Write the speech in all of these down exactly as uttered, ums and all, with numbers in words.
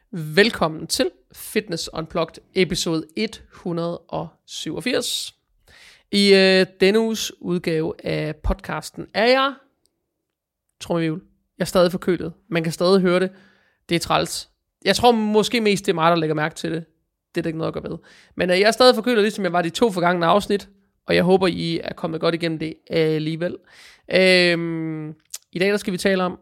Velkommen til Fitness Unplugged episode et hundrede og syvogfirs. I øh, denne uges udgave af podcasten er jeg, trommevirvel, jeg er stadig forkølet. Man kan stadig høre det. Det er træls. Jeg tror måske mest det er mig, der lægger mærke til det. Det er der ikke noget at gøre ved. Men øh, jeg er stadig forkølet, ligesom jeg var de to forgangne afsnit. Og jeg håber, I er kommet godt igennem det alligevel. Øhm, I dag der skal vi tale om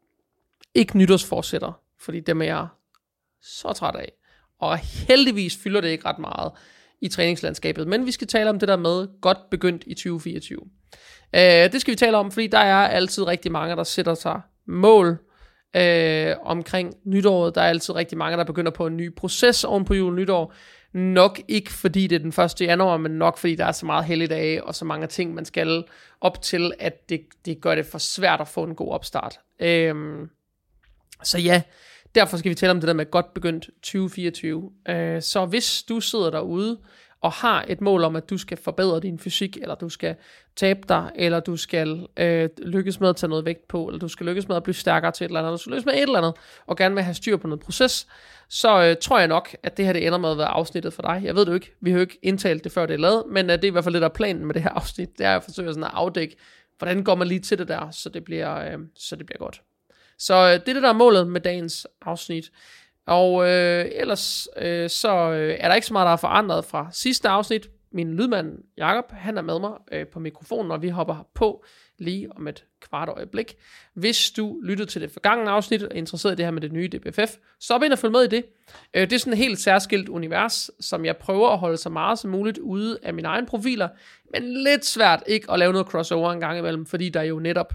ikke nytårsforsætter, fordi dem er jeg så træt af. Og heldigvis fylder det ikke ret meget i træningslandskabet. Men vi skal tale om det der med godt begyndt i tyve fireogtyve. Øh, det skal vi tale om, fordi der er altid rigtig mange, der sætter sig mål øh, omkring nytåret. Der er altid rigtig mange, der begynder på en ny proces oven på jul nytår. Nok ikke fordi det er den første januar, men nok fordi der er så meget helligdage og så mange ting, man skal op til, at det, det gør det for svært at få en god opstart. Øh, så ja, derfor skal vi tale om det der med godt begyndt tyve fireogtyve. Øh, så hvis du sidder derude og har et mål om, at du skal forbedre din fysik, eller du skal tabe dig, eller du skal øh, lykkes med at tage noget vægt på, eller du skal lykkes med at blive stærkere til et eller andet, eller du skal lykkes med et eller andet, og gerne vil have styr på noget proces, så øh, tror jeg nok, at det her det ender med at være afsnittet for dig. Jeg ved det jo ikke, vi har jo ikke indtalt det før det er lavet, men øh, det er i hvert fald lidt af planen med det her afsnit, det er at forsøge sådan at afdække, hvordan går man lige til det der, så det bliver, øh, så det bliver godt. Så øh, det er det, der er målet med dagens afsnit. Og øh, ellers øh, så øh, er der ikke så meget, der er forandret fra sidste afsnit. Min lydmand Jakob, han er med mig øh, på mikrofonen, og vi hopper på lige om et kvart øjeblik. Hvis du lyttede til det forgangne afsnit og er interesseret i det her med det nye D B F F, så op ind og følg med i det. Øh, det er sådan et helt særskilt univers, som jeg prøver at holde så meget som muligt ude af mine egne profiler, men lidt svært ikke at lave noget crossover en gang imellem, fordi der jo netop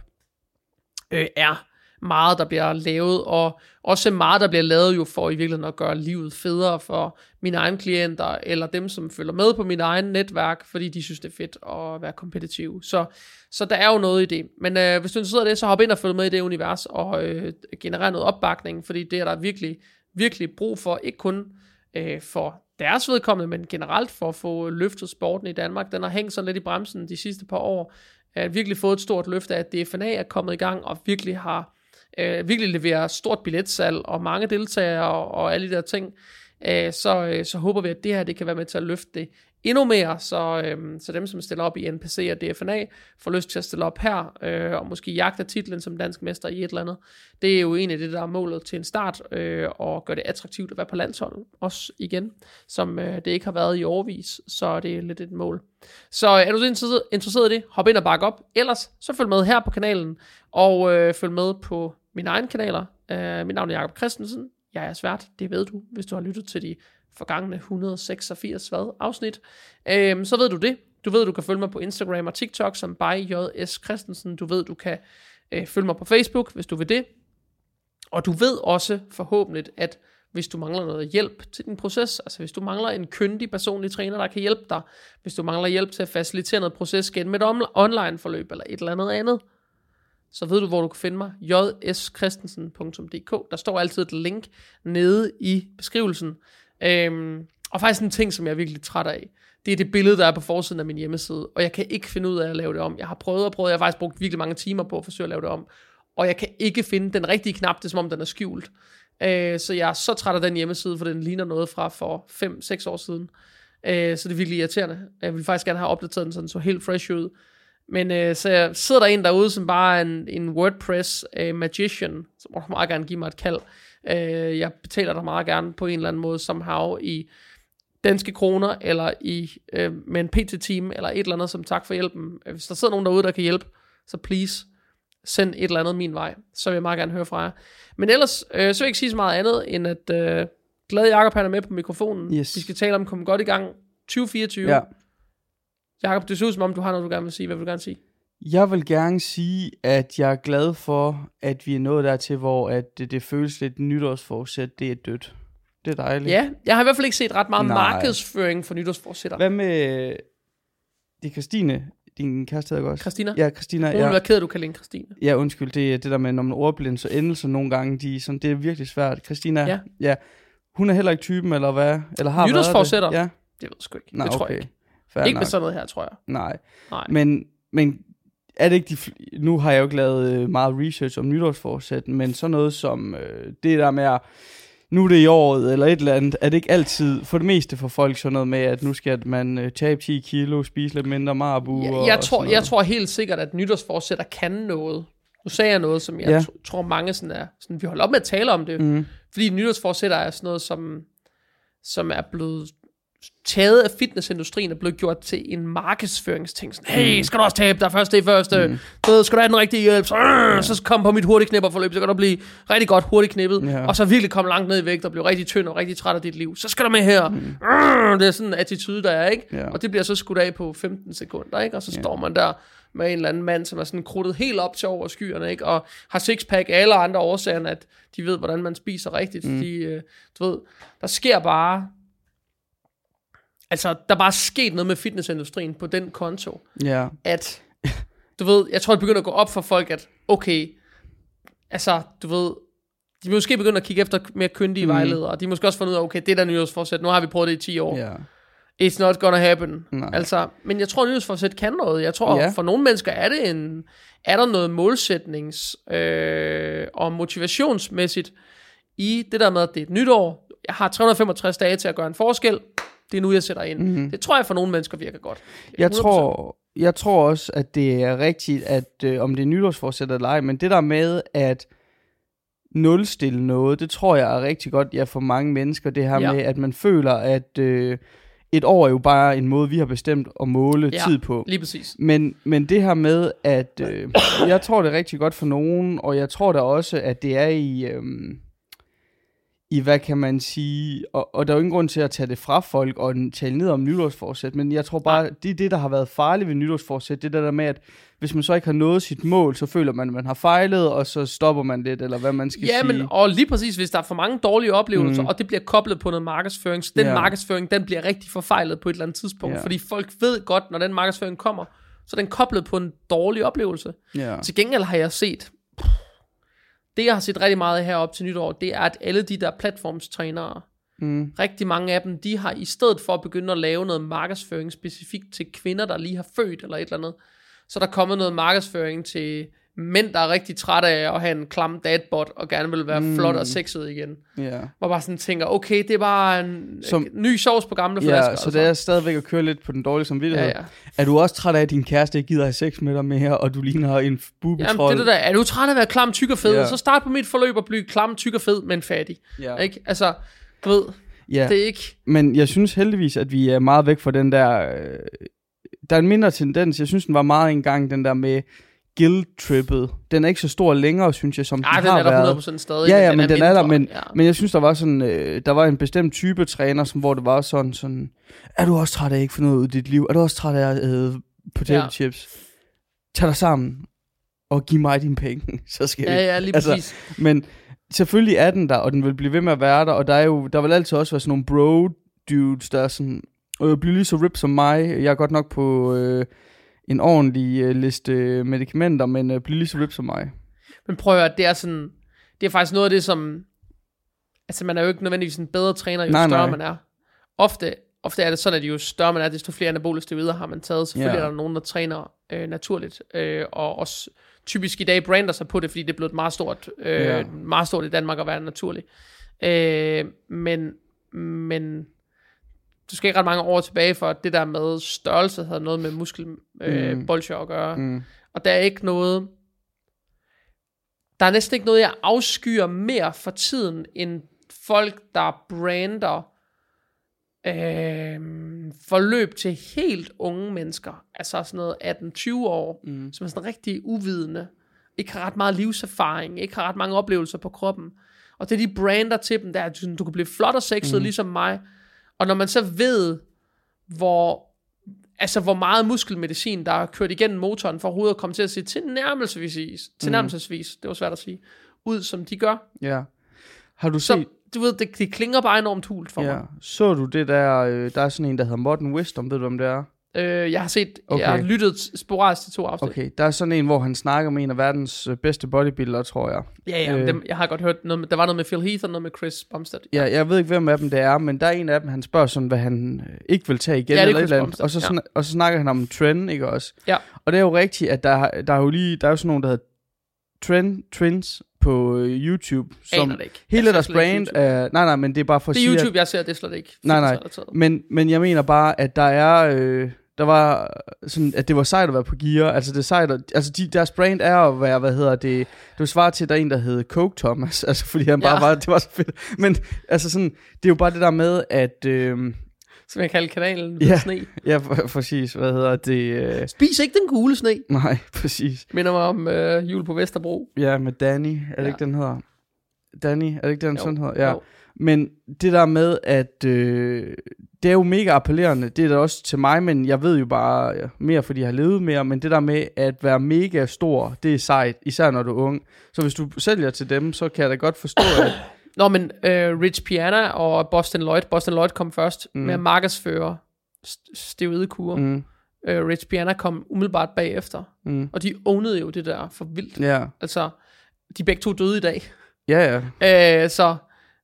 øh, er meget, der bliver lavet, og også meget, der bliver lavet jo for i virkeligheden at gøre livet federe for mine egne klienter, eller dem, som følger med på mit egen netværk, fordi de synes, det er fedt at være kompetitiv. Så, så der er jo noget i det. Men øh, hvis du sidder det, så hop ind og følg med i det univers, og øh, generere noget opbakning, fordi det er der virkelig, virkelig brug for, ikke kun øh, for deres vedkommende, men generelt for at få løftet sporten i Danmark. Den har hængt sådan lidt i bremsen de sidste par år. Jeg har virkelig fået et stort løft af, at D F N A er kommet i gang, og virkelig har Øh, virkelig leverer stort billetsalg og mange deltagere og, og alle de der ting, øh, så, øh, så håber vi, at det her det kan være med til at løfte det endnu mere, så, øh, så dem, som stiller op i N P C og D F N A, får lyst til at stille op her, øh, og måske jagte titlen som dansk mester i et eller andet. Det er jo egentlig det, der er målet til en start, øh, og gøre det attraktivt at være på landsholdet, også igen, som øh, det ikke har været i årevis, så det er lidt et mål. Så er du så interesseret i det, hop ind og bakke op. Ellers så følg med her på kanalen, og øh, følg med på mine egne kanaler. Uh, mit navn er Jakob Christensen. Jeg er svært, det ved du, hvis du har lyttet til de forgangne et hundrede og seksogfirs hvad, afsnit. Uh, så ved du det. Du ved, du kan følge mig på Instagram og TikTok som by J S Christensen. Du ved, du kan uh, følge mig på Facebook, hvis du vil det. Og du ved også forhåbentlig, at hvis du mangler noget hjælp til din proces, altså hvis du mangler en kyndig personlig træner, der kan hjælpe dig, hvis du mangler hjælp til at facilitere noget proces gennem et online forløb eller et eller andet andet, så ved du, hvor du kan finde mig, j s christensen punktum d k. Der står altid et link nede i beskrivelsen. Øhm, og faktisk en ting, som jeg er virkelig træt af, det er det billede, der er på forsiden af min hjemmeside, og jeg kan ikke finde ud af at lave det om. Jeg har prøvet og prøvet, jeg har faktisk brugt virkelig mange timer på at forsøge at lave det om, og jeg kan ikke finde den rigtige knap, det er som om den er skjult. Øh, så jeg er så træt af den hjemmeside, for den ligner noget fra for fem seks år siden. Øh, så det er virkelig irriterende. Jeg vil faktisk gerne have opdateret den, så den så helt fresh ud. Men øh, så jeg sidder der en derude, som bare er en, en WordPress øh, magician, så må du meget gerne give mig et kald. Øh, jeg betaler dig meget gerne på en eller anden måde, somehow i danske kroner, eller i øh, med en P T-team, eller et eller andet som tak for hjælpen. Hvis der sidder nogen derude, der kan hjælpe, så please, send et eller andet min vej. Så vil jeg meget gerne høre fra jer. Men ellers, øh, så vil jeg ikke sige så meget andet, end at øh, glad Jakob, han er med på mikrofonen. Yes. Vi skal tale om, kom godt i gang, tyve fireogtyve. Ja. Jakob, det ser ud som om, du har noget, du gerne vil sige. Hvad vil du gerne sige? Jeg vil gerne sige, at jeg er glad for, at vi er nået dertil, hvor at det, det føles lidt nytårsforsæt, det er dødt. Det er dejligt. Ja, jeg har i hvert fald ikke set ret meget Nej. markedsføring for nytårsforsætter. Hvad med det er Christine, din kæreste hedder også? Christina? Ja, Christina. Hun Ja. vil være ked, at du kan lide Christine. Ja, undskyld, det er det der med, når man er ordblind, så endelser nogle gange, de, sådan, det er virkelig svært. Christina, Ja. ja. Hun er heller ikke typen, eller hvad? Eller har Nytårsforsætter? været det? Ja. Det ved jeg sgu ikke. Nej, det tror okay. jeg ikke. Fair Ikke nok. med sådan noget her, tror jeg. Nej. Nej. Men, men er det ikke de, fl- nu har jeg jo ikke lavet øh, meget research om nytårsforsæt, men sådan noget som øh, det der med at nu er det i året, eller et eller andet, er det ikke altid, for det meste for folk, sådan noget med, at nu skal man uh, tabe ti kilo, spise lidt mindre marabu. Ja, og, jeg, og tror, jeg tror helt sikkert, at nytårsforsætter kan noget. Nu sagde jeg noget, som jeg ja. t- tror mange sådan er, sådan, vi holder op med at tale om det, mm. fordi nytårsforsætter er sådan noget, som, som er blevet taget af fitnessindustrien og blevet gjort til en markedsføringsting. Sådan, hey, skal du også tabe dig først det første? Mm. Så skal du have den rigtige hjælp? Så, øh, ja. så kom på mit hurtigknipperforløb, så kan du blive rigtig godt hurtigknippet, ja. og så virkelig komme langt ned i vægt og blive rigtig tynd og rigtig træt af dit liv. Så skal du med her. Mm. Øh, det er sådan en attitude, der er, ikke? Ja. Og det bliver så skudt af på femten sekunder, ikke? Og så ja. står man der med en eller anden mand, som er sådan krudtet helt op til over skyerne, ikke? Og har sixpack af alle andre årsager, at de ved, hvordan man spiser rigtigt. Mm. De, øh, du ved, der sker bare Altså, der er bare sket noget med fitnessindustrien på den konto. Ja. At, du ved, jeg tror, det begynder at gå op for folk, at okay, altså, du ved, de måske begynder at kigge efter mere kyndige mm. vejledere, og de måske også fundet ud af, okay, det er der nytårsforsæt, nu har vi prøvet det i ti år. Yeah. It's not gonna happen. Nej. Altså, men jeg tror, at nytårsforsæt kan noget. Jeg tror, yeah. for nogle mennesker er det en, er der noget målsætnings øh, og motivationsmæssigt i det der med, at det er et nytår. Jeg har tre hundrede og femogtres dage til at gøre en forskel. Det er nu, jeg sætter ind. Mm-hmm. Det tror jeg for nogle mennesker virker godt. Jeg tror, jeg tror også, at det er rigtigt, at øh, om det er nytårsforsæt eller ej, men det der med at nulstille noget, det tror jeg er rigtig godt, ja, for mange mennesker. Det her ja. med, at man føler, at øh, et år er jo bare en måde, vi har bestemt at måle ja, tid på. Lige præcis. Men, men det her med, at øh, jeg tror, det er rigtig godt for nogen, og jeg tror da også, at det er i... Øh, i hvad kan man sige, og, og der er jo ingen grund til at tage det fra folk og tale ned om nytårsforsæt, men jeg tror bare, det er det, der har været farligt ved nytårsforsæt, det der, der med, at hvis man så ikke har nået sit mål, så føler man, at man har fejlet, og så stopper man lidt, eller hvad man skal ja, sige. Ja, men og lige præcis, hvis der er for mange dårlige oplevelser, mm. og det bliver koblet på noget markedsføring, så den yeah. markedsføring, den bliver rigtig forfejlet på et eller andet tidspunkt, yeah. fordi folk ved godt, når den markedsføring kommer, så er den koblet på en dårlig oplevelse. Yeah. Til gengæld har jeg set... Det, jeg har set rigtig meget her op til nytår, det er, at alle de der platformstrænere, mm. rigtig mange af dem, de har i stedet for at begynde at lave noget markedsføring specifikt til kvinder, der lige har født eller et eller andet, så der er kommet noget markedsføring til mænd, der er rigtig trætte af at have en klam dadbot, og gerne vil være mm. flot og sexet igen. Yeah. Hvor bare sådan tænker, okay, det er bare en Som, ny sovs på gamle flasker. Ja, så altså. Det er stadigvæk at køre lidt på den dårlige samvittighed. Ja, ja. Er du også træt af, at din kæreste ikke gider have sex med dig mere, og du ligner en bubetrold? Jamen, det der, er du træt af at være klam, tyk og fed, yeah. så start på mit forløb og blive klam, tyk og fed, men fattig. Yeah. Ikke? Altså, du ved, yeah. det er ikke... Men jeg synes heldigvis, at vi er meget væk fra den der... Øh, der er en mindre tendens. Jeg synes, den var meget engang, den der med... guilt-trippet. Den er ikke så stor længere, synes jeg, som Ej, den har været. den er der hundrede procent stadig. Ja, ja, men men den er, er der, men, ja. men jeg synes, der var sådan, øh, der var en bestemt type træner, som, hvor det var sådan, sådan, er du også træt af at ikke få noget ud af dit liv? Er du også træt af at æde potato ja. chips? Tag dig sammen og giv mig dine penge, så skal ja, vi. Ja, lige præcis. Altså, men selvfølgelig er den der, og den vil blive ved med at være der, og der er jo, der vil altid også være sådan nogle bro-dudes, der er sådan, øh, bliver lige så ripped som mig. Jeg er godt nok på... Øh, en ordentlig øh, liste øh, medicamenter, men øh, bliver lige så ripped som mig. Men prøv at høre, det er sådan, det er faktisk noget af det, som, altså man er jo ikke nødvendigvis en bedre træner, jo nej, større nej. man er. Ofte, ofte er det sådan, at jo større man er, desto flere anabole steroider har man taget. Selvfølgelig yeah. er der nogen, der træner øh, naturligt, øh, og også typisk i dag brander sig på det, fordi det er blevet meget stort, øh, yeah. meget stort i Danmark at være naturlig. Øh, men, men du skal ikke ret mange år tilbage for, at det der med størrelse havde noget med muskelbolcher øh, mm. at gøre. Mm. Og der er ikke noget... Der er næsten ikke noget, jeg afskyer mere for tiden, end folk, der brander øh, forløb til helt unge mennesker. Altså sådan noget atten tyve år, mm. som er sådan rigtig uvidende. Ikke har ret meget livserfaring, ikke har ret mange oplevelser på kroppen. Og det de brander til dem, der er, du kan blive flot og sexet, mm. ligesom mig. Og når man så ved, hvor, altså hvor meget muskelmedicin, der er kørt igennem motoren, for overhovedet at komme til at se tilnærmelsesvis, tilnærmelsesvis, mm. det var svært at sige, ud som de gør. Ja. Har du så, set... du ved, det, det klinger bare enormt hult for ja. mig. Så du det der, øh, der er sådan en, der hedder Modern Wisdom, ved du om det er? Øh, jeg har set, okay. jeg har lyttet sporadisk til to afsnit. Okay, der er sådan en, hvor han snakker med en af verdens bedste bodybuildere, tror jeg. Ja, ja, øh, dem, jeg har godt hørt noget med, der var noget med Phil Heath og noget med Chris Bumstead. Ja, ja jeg ved ikke, hvem af dem det er, men der er en af dem, han spørger sådan, hvad han ikke vil tage igen, ja, eller et eller andet. Og så, ja. og så snakker han om en trend, ikke også? Ja. Og det er jo rigtigt, at der, der er jo lige, der er jo sådan nogen, der hedder trend, trends på øh, YouTube. Som Aner det ikke. hele Jeg deres ser slet ikke brand YouTube. er... Nej, nej, men det er bare for at Det er sige, YouTube, at, jeg ser, det er slet ikke. Nej, nej. fitnessrelateret. men, men jeg mener bare, at der er... Øh, der var sådan, at det var sejt at være på gear. Altså, det er sejt at, altså de, deres brand er at være, hvad hedder det... Det var svaret til, at der er en, der hed Coke Thomas. Altså, fordi han bare Ja. var... Det var så fedt. Men, altså sådan... Det er jo bare det der med, at... Øh, Som jeg kalder kanalen, Ja. sne. ja, for, præcis. Hvad hedder det... Øh, Spis ikke den gule sne. nej, præcis. Minder mig om øh, jul på Vesterbro. Ja, med Danny. Er det Ja. ikke, den hedder? Danny, er det ikke den, Jo. sådan hedder? Ja. Jo. Men det der med, at øh, det er jo mega appellerende, det er det også til mig, men jeg ved jo bare ja, mere, fordi jeg har levet mere, men det der med at være mega stor, det er sejt, især når du er ung. Så hvis du sælger til dem, så kan jeg da godt forstå, at... Nå, men øh, Rich Piana og Boston Lloyd. Boston Lloyd kom først Mm. mm. med at markedsføre st- steroidekur. Mm. Mm, Øh, Rich Piana kom umiddelbart bagefter. mm, Og de ownede jo det der for vildt. ja, Altså, de er begge to døde i dag. ja, ja. Øh, så,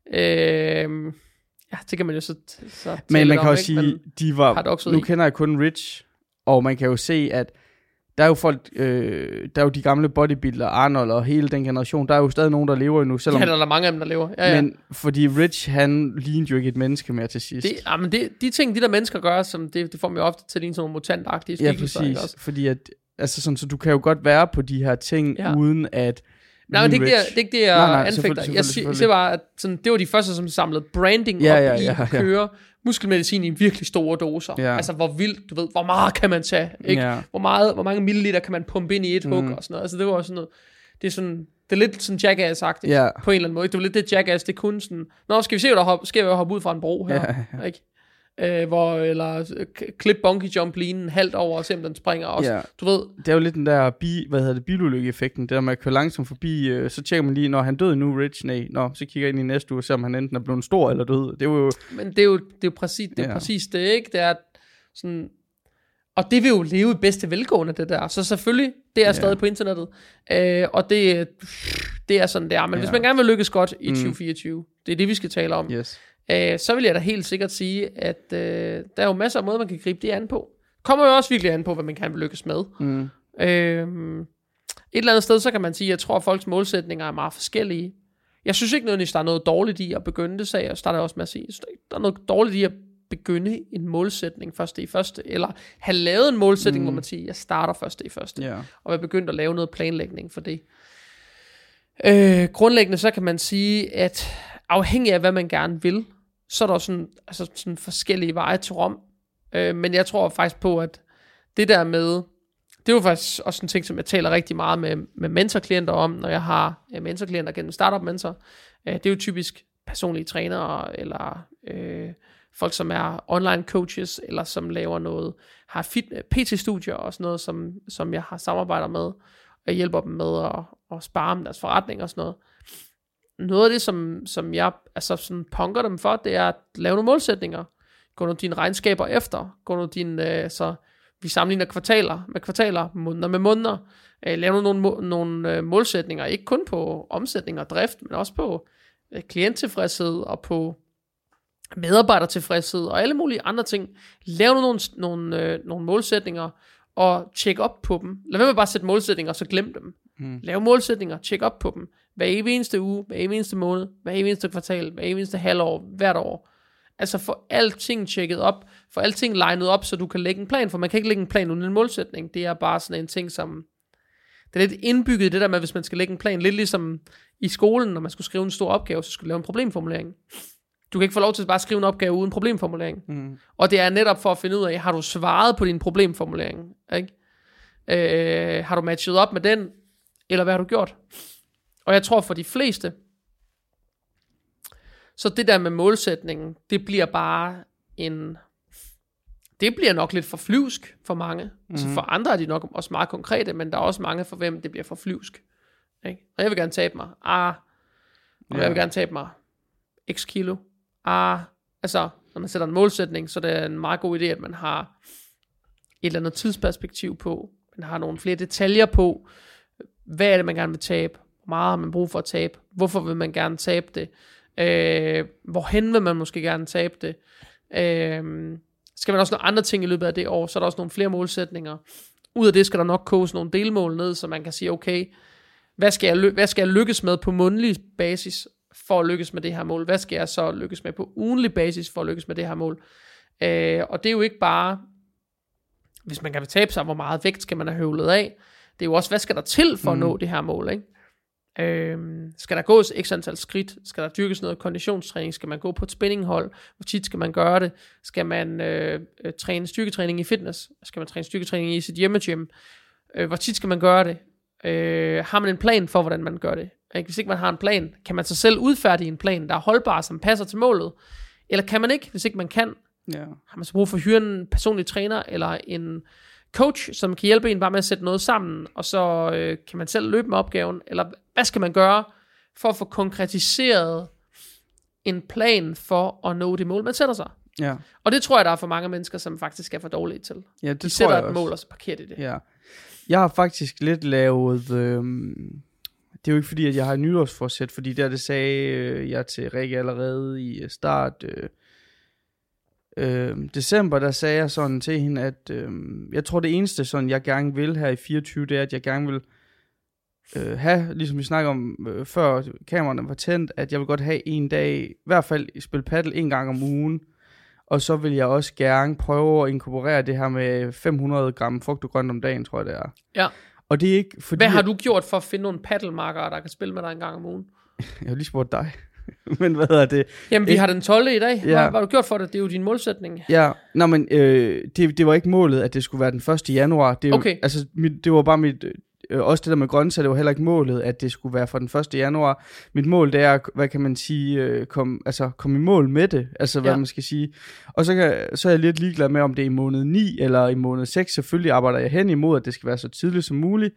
øh, ja, det kan man jo så, så tale Men man lidt kan om, også ikke? sige, de var, paradokset nu i. kender jeg kun Rich, og man kan jo se, at der er jo folk, øh, der er jo de gamle bodybuildere, Arnold og hele den generation, der er jo stadig nogen, der lever endnu, selvom, Ja, der er der mange af dem, der lever. Ja, ja. men fordi Rich, han lignede jo ikke et menneske mere til sidst. Det, ja, men det, de ting, de der mennesker gør, som det, det får mig jo ofte til at ligne sådan nogle mutantagtige Ja, skikkelser. ikke præcis, også? fordi at, altså sådan, så du kan jo godt være på de her ting, Ja. ja. uden at Nej, men det er ikke det, Rich- jeg- det, er ikke det jeg Nej, nej, anfægter. selvfølgelig, Jeg selvfølgelig, siger siger bare, at sådan, det var de første, som samlede branding Ja, op ja, i ja, at ja. køre muskelmedicin i virkelig store doser. Ja. Altså, hvor vildt, du ved, hvor meget kan man tage, ikke? Ja. Hvor, meget, hvor mange milliliter kan man pumpe ind i et hug Mm. og sådan noget. Altså, det var også sådan noget, det er sådan, det er lidt sådan Jackass-agtigt, Ja. på en eller anden måde. Ikke? Det var lidt det Jackass, det kunne sådan, nå, skal vi se, hvad der hop, skal jeg hoppe ud fra en bro her, Ja, ja. ikke? Øh, hvor, eller øh, k- klip bungee jump linen halvt over og se om den springer også. Ja. Du ved, Det er jo lidt den der bi, hvad hedder det, bilulykke-effekten, det der med at køre langsomt forbi, øh, så tjekker man lige, når han døde nu, Rich, nej, nå, så kigger jeg ind i næste uge og ser, om han enten er blevet stor eller død. Det var jo, men det er jo, det er jo præcis det, er Ja. præcis det, ikke? Det er sådan, og det vil jo leve i bedste velgående, det der. Så selvfølgelig, det er Ja. stadig på internettet. Øh, og det, det er sådan, det er. Men Ja. hvis man gerne vil lykkes godt i Mm. tyve fireogtyve, det er det, vi skal tale om, yes. øh, så vil jeg da helt sikkert sige, at øh, der er jo masser af måder, man kan gribe det an på. Kommer jo også virkelig an på, hvad man kan lykkes med. Mm. Øh, et eller andet sted, så kan man sige, at jeg tror, at folks målsætninger er meget forskellige. Jeg synes ikke nødvendigvis, der er noget dårligt i at begynde det, sagde jeg. Så der er også med at sige, der er noget dårligt i at begynde en målsætning første i første, eller have lavet en målsætning, mm. hvor man siger, jeg starter første i første, Ja. og være begyndt at lave noget planlægning for det. Øh, grundlæggende så kan man sige, at afhængig af hvad man gerne vil, så er der sådan, altså sådan forskellige veje til Rom. Øh, men jeg tror faktisk på, at det der med, det er jo faktisk også en ting, som jeg taler rigtig meget med, med mentorklienter om, når jeg har øh, mentorklienter gennem Startup Mentor. Øh, det er jo typisk personlige trænere, eller øh, folk, som er online coaches, eller som laver noget, har fit, P T-studier og sådan noget, som, som jeg har samarbejder med, og hjælper dem med at, at spare om deres forretning og sådan noget. Noget af det, som, som jeg altså sådan punker dem for, det er at lave nogle målsætninger. Gå nu dine regnskaber efter. Gå nu dine, øh, så vi sammenligner kvartaler med kvartaler, måneder med måneder. Øh, lave nu nogle, må, nogle øh, målsætninger, ikke kun på omsætning og drift, men også på øh, klienttilfredshed og på medarbejdertilfredshed og alle mulige andre ting. Lav nu nogle, nogle, øh, nogle målsætninger og tjek op på dem. Lad være med bare at sætte målsætninger og så glem dem. Mm. Lav målsætninger, tjek op på dem. Hver evig eneste uge, hver evig eneste måned, hver evig eneste kvartal, hver evig eneste halvår, hvert år. Altså få alting tjekket op, få alting legnet op, så du kan lægge en plan, for man kan ikke lægge en plan uden en målsætning. Det er bare sådan en ting, som, det er lidt indbygget i det der med, hvis man skal lægge en plan, lidt ligesom i skolen, når man skulle skrive en stor opgave, så skulle du lave en problemformulering. Du kan ikke få lov til at bare skrive en opgave uden problemformulering. Mm. Og det er netop for at finde ud af, har du svaret på din problemformulering? Ikke? Øh, har du matchet op med den? Eller hvad har du gjort? Og jeg tror for de fleste, så det der med målsætningen, det bliver bare en, det bliver nok lidt for flyvsk for mange. Mm. Så for andre er de nok også meget konkrete, men der er også mange for hvem det bliver for flyvsk. Ikke? Og jeg vil gerne tabe mig. Ah, og Ja. jeg vil gerne tabe mig x kilo. Ah, altså, når man sætter en målsætning, så er det en meget god idé, at man har et eller andet tidsperspektiv på. Man har nogle flere detaljer på, hvad er det, man gerne vil tabe? Hvor meget har man brug for at tabe? Hvorfor vil man gerne tabe det? Øh, hvorhen vil man måske gerne tabe det? Øh, skal man også nogle andre ting i løbet af det år, så er der også nogle flere målsætninger. Ud af det skal der nok koges nogle delmål ned, så man kan sige, okay, hvad skal, jeg, ly- hvad skal jeg lykkes med på månedlig basis for at lykkes med det her mål? Hvad skal jeg så lykkes med på ugenlig basis for at lykkes med det her mål? Øh, og det er jo ikke bare, hvis man kan tabe sig, hvor meget vægt skal man have høvlet af. Det er jo også, hvad skal der til for mm. at nå det her mål, ikke? Øhm, skal der gås x antal skridt? Skal der dyrkes noget konditionstræning? Skal man gå på et spinninghold? Hvor tit skal man gøre det? Skal man øh, øh, træne styrketræning i fitness? Skal man træne styrketræning i sit hjemmegym? Øh, hvor tit skal man gøre det? Øh, har man en plan for, hvordan man gør det? Ikke? Hvis ikke man har en plan, kan man så selv udfærdige en plan, der er holdbar, som passer til målet? Eller kan man ikke, hvis ikke man kan? Ja. Har man så brug for at hyre en personlig træner, eller en coach, som kan hjælpe en bare med at sætte noget sammen, og så øh, kan man selv løbe med opgaven, eller hvad skal man gøre for at få konkretiseret en plan for at nå det mål, man sætter sig? Ja. Og det tror jeg, der er for mange mennesker, som faktisk er for dårlige til. Ja, det de tror sætter jeg et også. mål, og så parkerer de det. Ja. Jeg har faktisk lidt lavet, øh, det er jo ikke fordi, at jeg har nytårsforsæt, fordi der det sagde øh, jeg til Rikke allerede i start øh, øh, december, der sagde jeg sådan til hende, at øh, jeg tror det eneste, sådan jeg gerne vil her i fireogtyve, det er, at jeg gerne vil øh, have, ligesom vi snakker om øh, før kameraerne var tændt, at jeg vil godt have en dag, i hvert fald spille paddle en gang om ugen, og så vil jeg også gerne prøve at inkorporere det her med fem hundrede gram frugt og grønt om dagen, tror jeg det er. Ja. Og det er ikke fordi... Hvad har du gjort for at finde nogle paddlemarkere, der kan spille med dig en gang om ugen? Jeg har lige spurgt dig. Men hvad hedder det? Jamen, vi ikke... har den tolvte i dag. Ja. Hvad, hvad har du gjort for det? Det er jo din målsætning. Ja, nå, men øh, det, det var ikke målet, at det skulle være den første januar. Det, er jo, Okay. altså, mit, det var bare mit... Øh, også det der med grøntsager, det var heller ikke målet, at det skulle være for den første januar. Mit mål, det er, hvad kan man sige, øh, komme altså, kom i mål med det. Altså, hvad Ja. man skal sige. Og så, kan, så er jeg lidt ligeglad med, om det er i måned ni eller i måned seks. Selvfølgelig arbejder jeg hen imod, at det skal være så tidligt som muligt.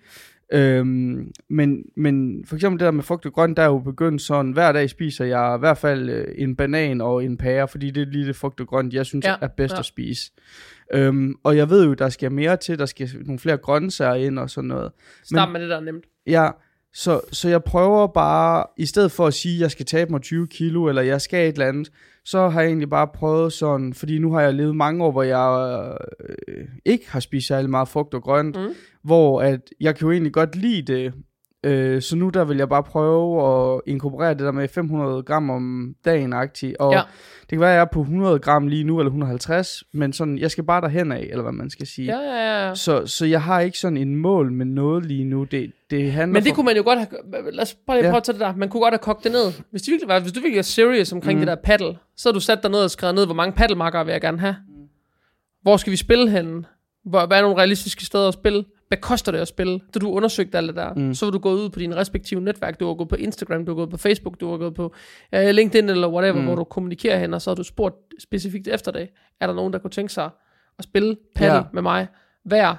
Øhm, men, men for eksempel det der med frugt og grønt, der er jo begyndt sådan, hver dag spiser jeg i hvert fald øh, en banan og en pære, fordi det er lige det frugt og grønt, jeg synes Ja, er bedst ja. at spise. Øhm, og jeg ved jo, der skal mere til, der skal nogle flere grøntsager ind og sådan noget. Start med det, der er nemt. Ja, så, så jeg prøver bare, i stedet for at sige, at jeg skal tabe mig tyve kilo, eller jeg skal et eller andet, så har jeg egentlig bare prøvet sådan, fordi nu har jeg levet mange år, hvor jeg øh, ikke har spist særlig meget frugt og grønt, Mm. hvor at jeg kan jo egentlig godt lide det, øh, så nu der vil jeg bare prøve at inkorporere det der med fem hundrede gram om dagen-agtigt, og Ja. det kan være, at jeg er på hundrede gram lige nu, eller et hundrede og halvtreds, men sådan, jeg skal bare derhen af, eller hvad man skal sige. Ja, ja, ja. Så, så jeg har ikke sådan en mål med noget lige nu. Det, det handler Men det for... kunne man jo godt have... Lad os bare lige Ja. prøve at tage det der. Man kunne godt have kogt det ned. Hvis, det virkelig var, hvis du virkelig er serious omkring mm. det der paddle, så har du sat dig ned og skrevet ned, hvor mange paddlemarkere vil jeg gerne have. Mm. Hvor skal vi spille henne? Hvor, hvad er nogle realistiske steder at spille? Hvad koster det at spille? Da du undersøgte alt det der, mm. så vil du gå ud på dine respektive netværk. Du har gået på Instagram, du har gået på Facebook, du har gået på uh, LinkedIn eller whatever, mm. hvor du kommunikerer hen, og så har du spurgt specifikt efter det. Er der nogen, der kunne tænke sig at spille paddle Ja. med mig hver,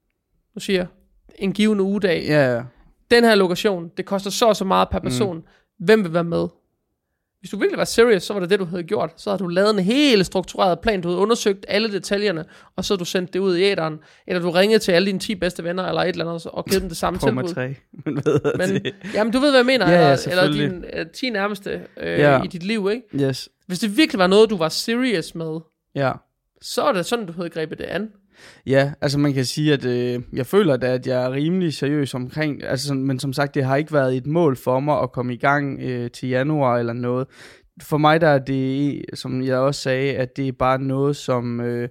nu siger jeg, en given ugedag? Ja, ja. Den her lokation, det koster så og så meget per person. Mm. Hvem vil være med? Hvis du virkelig var serious, så var det det, du havde gjort. Så havde du lavet en helt struktureret plan. Du havde undersøgt alle detaljerne, og så havde du sendt det ud i æteren. Eller du ringede til alle dine ti bedste venner, eller et eller andet, og givet dem det samme tilbud. tre. Men hvad hedder Men, det? jamen, du ved, hvad jeg mener. Ja, ja, eller, eller selvfølgelig. dine uh, ti nærmeste uh, Ja. i dit liv, ikke? Yes. Hvis det virkelig var noget, du var serious med, Ja. så er det sådan, du havde grebet det an. Ja, altså man kan sige, at øh, jeg føler da, at jeg er rimelig seriøs omkring, altså sådan, men som sagt, det har ikke været et mål for mig at komme i gang øh, til januar eller noget. For mig der er det, som jeg også sagde, at det er bare noget, som... Øh,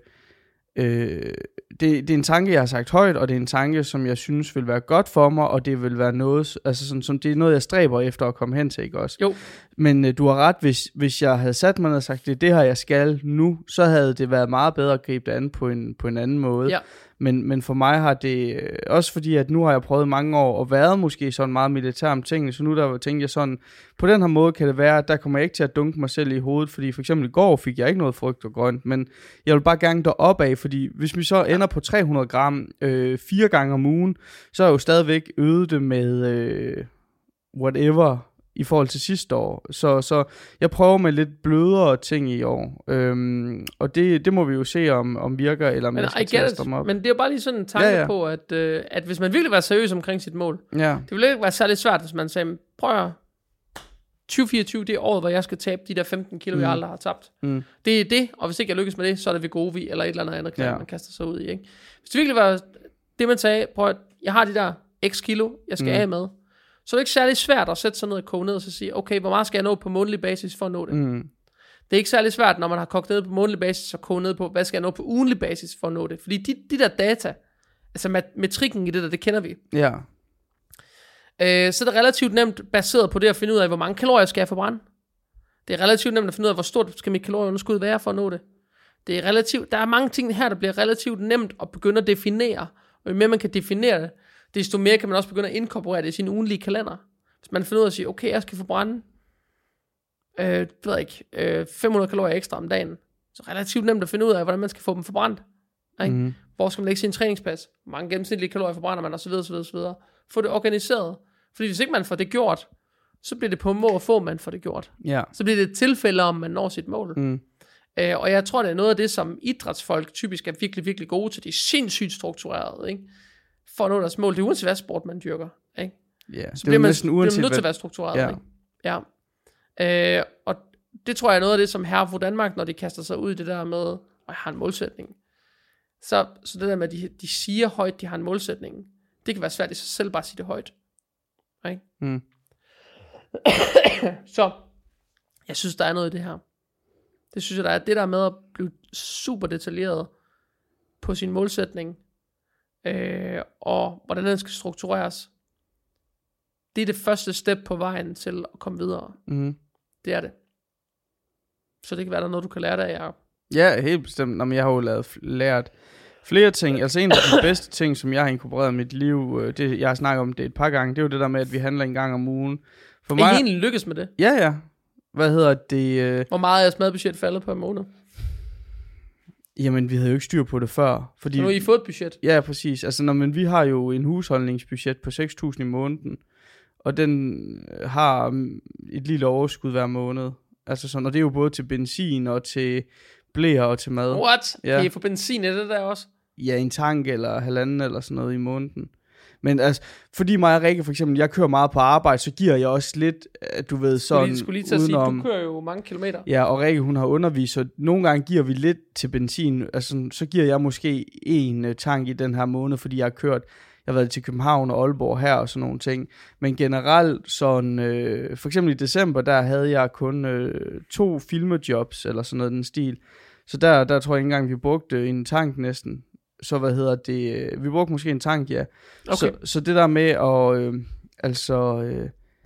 øh, det, det er en tanke, jeg har sagt højt, og det er en tanke, som jeg synes vil være godt for mig, og det vil være noget, altså sådan, som det er noget, jeg stræber efter at komme hen til, ikke også? Jo. Men øh, du har ret, hvis, hvis jeg havde sat mig ned og sagt, det er det her, jeg skal nu, så havde det været meget bedre at gribe det an på en, på en anden måde. Ja. Men, men for mig har det, øh, også fordi at nu har jeg prøvet mange år, og været måske sådan meget militær om tingene, så nu der tænkte jeg sådan, på den her måde kan det være, at der kommer jeg ikke til at dunke mig selv i hovedet, fordi for eksempel i går fik jeg ikke noget frugt og grønt, men jeg vil bare gerne derop af, fordi hvis vi så ender på tre hundrede gram øh, fire gange om ugen, så har jeg jo stadigvæk øget det med øh, whatever, i forhold til sidste år. Så, så jeg prøver med lidt blødere ting i år. Øhm, og det, det må vi jo se, om, om virker, eller om Men, jeg skal I til at get stå it. mig op. Men det er jo bare lige sådan en tanke Ja, ja. på, at, øh, at hvis man virkelig var seriøs omkring sit mål, Ja, det ville ikke være særlig svært, hvis man sagde, prøv at høre, tyve fireogtyve, det er året, hvor jeg skal tabe de der femten kilo, mm. jeg aldrig har tabt. Mm. Det er det, og hvis ikke jeg lykkes med det, så er det Wegovy eller et eller andet andet, Ja. man kaster sig ud i. Ikke? Hvis det virkelig var det, man sagde, prøv at, jeg har de der x kilo, jeg skal Mm. af med, så er det ikke særlig svært at sætte sig ned og koge ned og så sige, okay, hvor meget skal jeg nå på månedlig basis for at nå det? Mm. Det er ikke særlig svært, når man har kogt ned på månedlig basis, så koge ned på, hvad skal jeg nå på ugenlig basis for at nå det? Fordi de, de der data, altså metrikken i det der, det kender vi. Ja. Øh, så er det relativt nemt baseret på det at finde ud af, hvor mange kalorier skal jeg forbrænde. Det er relativt nemt at finde ud af, hvor stort skal mit kalorieunderskud være for at nå det. Det er relativt, der er mange ting her, der bliver relativt nemt at begynde at definere. Og jo mere man kan definere det, desto mere kan man også begynde at inkorporere det i sin ugenlige kalender. Hvis man finder ud af at sige, okay, jeg skal forbrænde øh, ved jeg ikke, øh, fem hundrede kalorier ekstra om dagen, så er det relativt nemt at finde ud af, hvordan man skal få dem forbrændt. Ikke? Mm. Hvor skal man lægge sin træningspas? Hvor mange gennemsnitlige kalorier forbrænder man, og så videre, så videre, så videre. Få det organiseret. Fordi hvis ikke man får det gjort, så bliver det på må og få, man får det gjort. Yeah. Så bliver det et tilfælde, om man når sit mål. Mm. Øh, og jeg tror, det er noget af det, som idrætsfolk typisk er virkelig, virkelig gode til. De er sindssygt struktureret, ikke? For at nå deres mål. Det er uanset hvad sport, man dyrker. Ikke? Yeah. Så bliver man, bliver man nødt til at være struktureret. Yeah. Ikke? Ja. Øh, og det tror jeg er noget af det, som Herre for Danmark, når de kaster sig ud i det der med, at jeg har en målsætning. Så, så det der med, at de, de siger højt, de har en målsætning, det kan være svært i sig selv bare at sige det højt. Ikke? Mm. Så jeg synes, der er noget i det her. Det synes jeg, der er det der med at blive super detaljeret på sin målsætning, øh, og hvordan den skal struktureres. Det er det første step på vejen til at komme videre. Mm. Det er det. Så det kan være, der er noget, du kan lære dig af, Jacob. Ja, helt bestemt. Nå, men jeg har jo lavet, lært flere ting. Altså en af de bedste ting, som jeg har inkorporeret i mit liv, det, jeg har snakket om det et par gange, det er jo det der med, at vi handler en gang om ugen. For mig, er I egentlig lykkes med det? Ja, ja. Hvad hedder det? Øh... Hvor meget er jeres madbudget faldet på en måned? Jamen, vi havde jo ikke styr på det før. Fordi... Så nu har I fået et budget? Ja, præcis. Altså, når, men vi har jo en husholdningsbudget på seks tusind i måneden, og den har et lille overskud hver måned. Altså sådan, og det er jo både til benzin og til blæer og til mad. What? Ja. Kan I få benzin i det der også? Ja, en tank eller halvanden eller sådan noget i måneden. Men altså, fordi mig og Rikke for eksempel, jeg kører meget på arbejde, så giver jeg også lidt, du ved, sådan skulle lige, skulle lige til at sige, du kører jo mange kilometer. Ja, og Rikke, hun har undervist, så nogle gange giver vi lidt til benzin. Altså, så giver jeg måske en tank i den her måned, fordi jeg har kørt, jeg har været til København og Aalborg her og sådan nogle ting. Men generelt sådan, øh, for eksempel i december, der havde jeg kun øh, to filmejobs eller sådan noget den stil. Så der, der tror jeg ikke engang, vi brugte en tank næsten. Så hvad hedder det, vi brugte måske en tank, ja. Okay. Så, så det der med at, øh, altså, øh,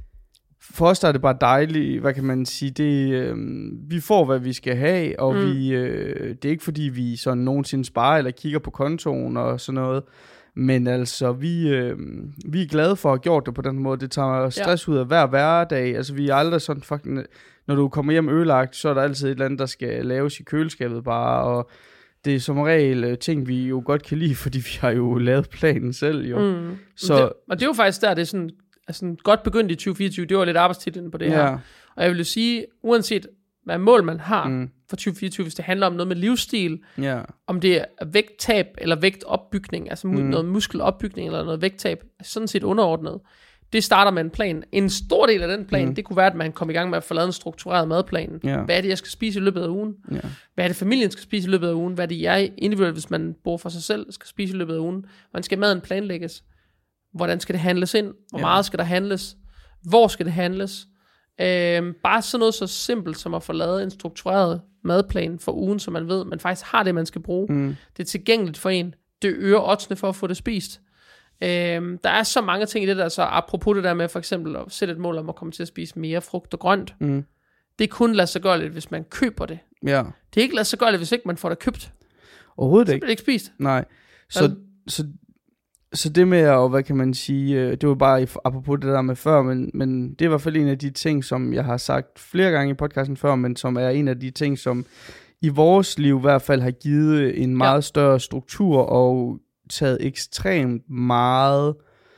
for os der er det bare dejligt, hvad kan man sige, det, øh, vi får hvad vi skal have, og mm. vi, øh, det er ikke fordi vi sådan nogensinde sparer eller kigger på kontoen og sådan noget, men altså vi, øh, vi er glade for at have gjort det på den måde. Det tager stress ja. ud af hver hverdag, altså vi er aldrig sådan fucking, når du kommer hjem ødelagt, så er der altid et eller andet der skal laves i køleskabet bare, og det er som regel ting, vi jo godt kan lide, fordi vi har jo lavet planen selv, jo. Mm. Så, det, og det er jo faktisk der, det er sådan, altså godt begyndt i tyve fireogtyve, det var lidt arbejdstitlen på det ja. her. Og jeg vil jo sige, uanset hvad mål man har mm. for tyve fireogtyve, hvis det handler om noget med livsstil, ja. om det er vægttab eller vægtopbygning, altså mm. noget muskelopbygning eller noget vægttab, er sådan set underordnet. Det starter med en plan. En stor del af den plan, mm. det kunne være, at man kom i gang med at få lavet en struktureret madplan. Yeah. Hvad er det, jeg skal spise i løbet af ugen? Yeah. Hvad er det, familien skal spise i løbet af ugen? Hvad er det, jeg individuelt, hvis man bor for sig selv, skal spise i løbet af ugen? Hvordan skal maden planlægges? Hvordan skal det handles ind? Hvor yeah. meget skal der handles? Hvor skal det handles? Øhm, bare sådan noget så simpelt, som at få lavet en struktureret madplan for ugen, så man ved, at man faktisk har det, man skal bruge. Mm. Det er tilgængeligt for en. Det øger oddsene for at få det spist. Øhm, der er så mange ting i det der, så apropos det der med for eksempel at sætte et mål om at komme til at spise mere frugt og grønt, mm. det er kun lade sig gøre lidt, hvis man køber det. Ja. Det er ikke lade sig gøre lidt, hvis ikke man får det købt. Overhovedet ikke. Så bliver det ikke spist. Nej. Så, så, så det med, og hvad kan man sige, det var bare apropos det der med før, men, men det er i hvert fald en af de ting, som jeg har sagt flere gange i podcasten før, men som er en af de ting, som i vores liv i hvert fald har givet en meget ja. større struktur og taget ekstremt meget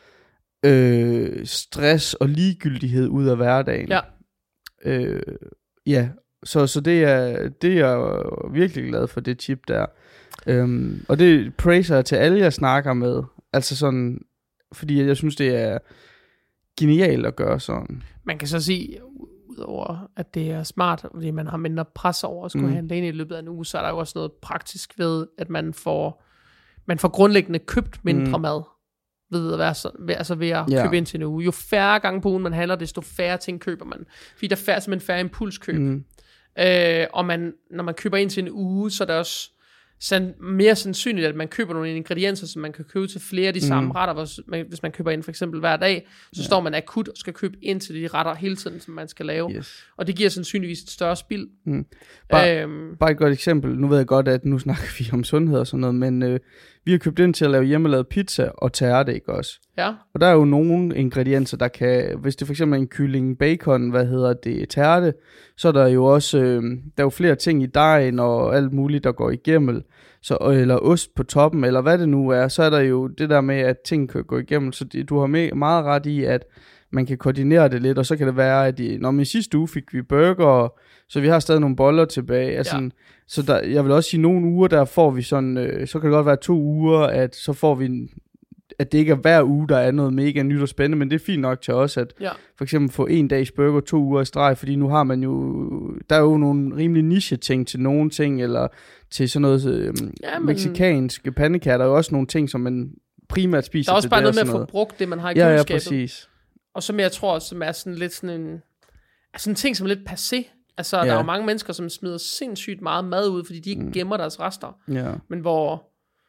øh, stress og ligegyldighed ud af hverdagen. Ja. Øh, ja, så, så det er det er jeg virkelig glad for, det tip der. Øhm, og det praiser jeg til alle, jeg snakker med. Altså sådan, fordi jeg synes, det er genialt at gøre sådan. Man kan så sige, udover at det er smart, fordi man har mindre pres over at skulle mm. handle ind i løbet af en uge, så er der jo også noget praktisk ved, at man får man får grundlæggende købt mindre mm. mad. ved at være sådan, ved, altså ved at Ja. købe ind til en uge. Jo færre gange på ugen man handler, desto færre ting køber man. Fordi der er færre, simpelthen færre impulskøb. Mm. Øh, og man, når man køber ind til en uge, så er det også sand, mere sandsynligt, at man køber nogle ingredienser, som man kan købe til flere af de samme mm. retter. Hvis man, hvis man køber ind for eksempel hver dag, så ja. står man akut og skal købe ind til de retter hele tiden, som man skal lave. Yes. Og det giver sandsynligvis et større spild. Mm. Bare, øhm, bare et godt eksempel. Nu ved jeg godt, at nu snakker vi om sundhed og sådan noget, men øh, vi har købt ind til at lave hjemmelavet pizza og tærte, ikke også? Ja. Og der er jo nogle ingredienser, der kan, hvis det for eksempel er en kylling, bacon, hvad hedder det, tærte, så er der jo også, øh, der er jo flere ting i dejen og alt muligt, der går igennem, så, eller ost på toppen, eller hvad det nu er, så er der jo det der med, at ting kan gå igennem, så det, du har med, meget ret i, at man kan koordinere det lidt, og så kan det være, at i, når man i sidste uge fik vi burger, så vi har stadig nogle boller tilbage, altså, ja. Så der, jeg vil også sige, nogle uger, der får vi sådan, øh, så kan det godt være to uger, at så får vi en, at det ikke er hver uge, der er noget mega nyt og spændende, men det er fint nok til os, at ja. For eksempel få en dags burger to uger i streg, fordi nu har man jo, der er jo nogle rimelig niche-ting til nogle ting, eller til sådan noget øh, ja, men... mexikansk pandekager, der er jo også nogle ting, som man primært spiser. Der er også til bare det, noget med at få brugt det, man har i ja, køleskabet. Ja, præcis. Og som jeg tror, som er sådan lidt sådan en, sådan en ting, som er lidt passé. Altså, ja. Der er jo mange mennesker, som smider sindssygt meget mad ud, fordi de ikke mm. gemmer deres rester. Ja. Men hvor,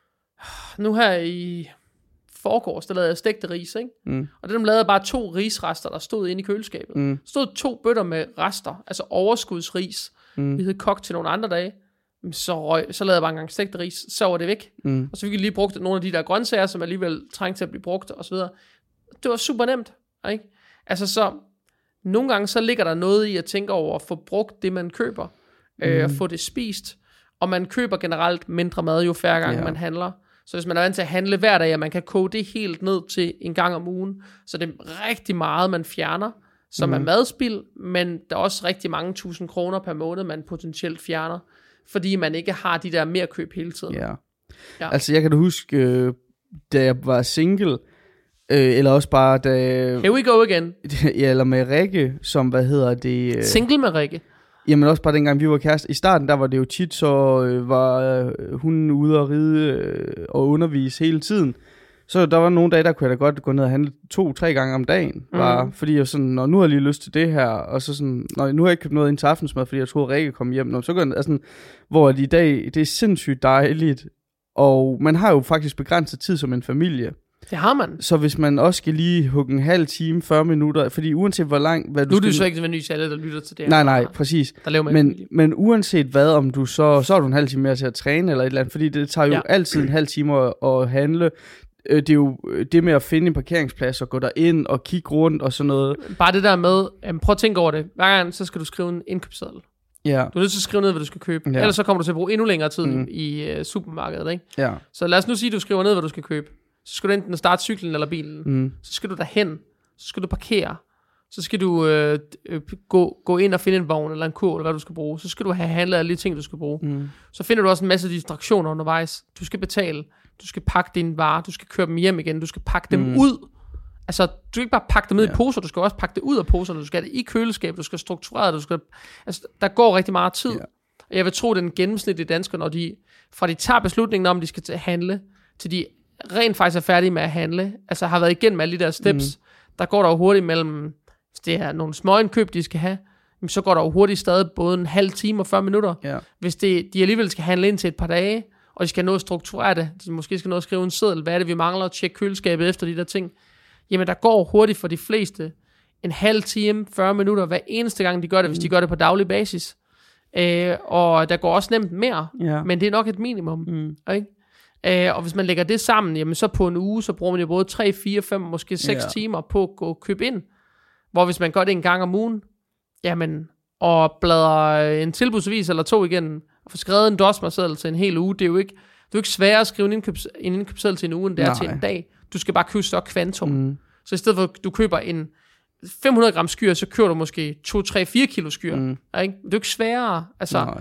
nu her i forgårs, der lavede jeg stegte ris, ikke? Mm. Og dem lavede jeg bare to risrester, der stod inde i køleskabet. Mm. Der stod to bøtter med rester, altså overskudsris. Mm. Vi havde kogt til nogle andre dage. Så, røg, så lavede jeg bare en gang stegte ris, så var det væk. Mm. Og så fik jeg lige brugt nogle af de der grøntsager, som alligevel trængte til at blive brugt, og så videre. Det var super nemt, ikke? Altså så, nogle gange så ligger der noget i at tænke over at få brugt det, man køber, mm. øh, og få det spist. Og man køber generelt mindre mad, jo færre gange ja. Man handler. Så hvis man er vant til at handle hver dag, og man kan koge det helt ned til en gang om ugen, så det er rigtig meget, man fjerner, som mm. er madspild, men der er også rigtig mange tusind kroner per måned, man potentielt fjerner, fordi man ikke har de der merkøb hele tiden. Ja. Ja. Altså jeg kan da huske, øh, da jeg var single, øh, eller også bare da... Here we go again. Ja, eller med Rikke, som hvad hedder det... Øh, single med Rikke? Jamen også bare dengang vi var kærester. I starten der var det jo tit, så øh, var øh, hun ude og ride øh, og undervise hele tiden. Så der var nogle dage, der kunne jeg da godt gå ned og handle to-tre gange om dagen. Bare mm. fordi jeg sådan, når nu har jeg lige lyst til det her, og så sådan, når nu har jeg ikke købt noget ind til aftensmad, fordi jeg troede, Rikke kom hjem. Nå, så går jeg, altså, hvor i dag, det er sindssygt dejligt, og man har jo faktisk begrænset tid som en familie. Det har man. Så hvis man også skal lige hugge en halv time, fyrre minutter, fordi uanset hvor langt... Hvad du nu er skal... du så ikke nødvendigvis alle, der lytter til det her. Nej, nej, præcis. Der lever man men, men uanset hvad, om du så... Så har du en halv time mere til at træne eller et eller andet, fordi det tager jo ja. altid en halv time at, at handle. Det er jo det med at finde en parkeringsplads og gå derind og kigge rundt og sådan noget. Bare det der med... Jamen, prøv at tænke over det. Hver gang, så skal du skrive en indkøbsseddel. Ja. Du er nødt til at skrive ned, hvad du skal købe. Ja. Ellers så kommer du til at bruge endnu længere tid mm. i uh, supermarkedet, ikke? Ja. Så lad os nu sige, at du skriver ned, hvad du skal købe. Så skal du enten starte cyklen eller bilen. Mm. Så skal du derhen. Så skal du parkere. Så skal du øh, øh, gå, gå ind og finde en vogn eller en kurv, eller hvad du skal bruge. Så skal du have handlet alle de ting, du skal bruge. Mm. Så finder du også en masse distraktioner undervejs. Du skal betale. Du skal pakke dine varer. Du skal køre dem hjem igen. Du skal pakke dem mm. ud. Altså, du skal ikke bare pakke dem ned ja. i poser. Du skal også pakke det ud af poserne. Du skal have det i køleskab. Du skal strukturere det. Du skal, altså, der går rigtig meget tid. Ja. Og jeg vil tro, at den gennemsnitlige dansker, når de, fra de tager beslutningen om, de skal til at handle, til de rent faktisk er færdige med at handle, altså har været igennem alle de der steps, mm. der går der jo hurtigt mellem, hvis det er nogle små indkøb, de skal have, så går der jo hurtigt stadig både en halv time og fyrre minutter. Yeah. Hvis det, de alligevel skal handle ind til et par dage, og de skal nå at strukturere det, de måske skal nå at skrive en seddel, hvad er det, vi mangler, at tjekke køleskabet efter de der ting, jamen der går hurtigt for de fleste en halv time, fyrre minutter, hver eneste gang de gør det, mm. hvis de gør det på daglig basis. Øh, og der går også nemt mere, yeah. men det er nok et minimum, mm. ikke? Uh, og hvis man lægger det sammen, jamen så på en uge, så bruger man jo både tre, fire, fem, måske seks yeah. timer på at gå og købe ind. Hvor hvis man gør det en gang om ugen, jamen, og bladrer en tilbudsavis eller to igen, og får skrevet en dosmerseddel til en hel uge, det er jo ikke, det er jo ikke sværere at skrive en, indkøbs, en indkøbsseddel til en uge, end det er til en dag. Du skal bare købe så kvantum. Mm. Så i stedet for, at du køber en fem hundrede gram skyr, så køber du måske to, tre, fire kilo skyr. Mm. Ikke? Det er jo ikke sværere. Altså,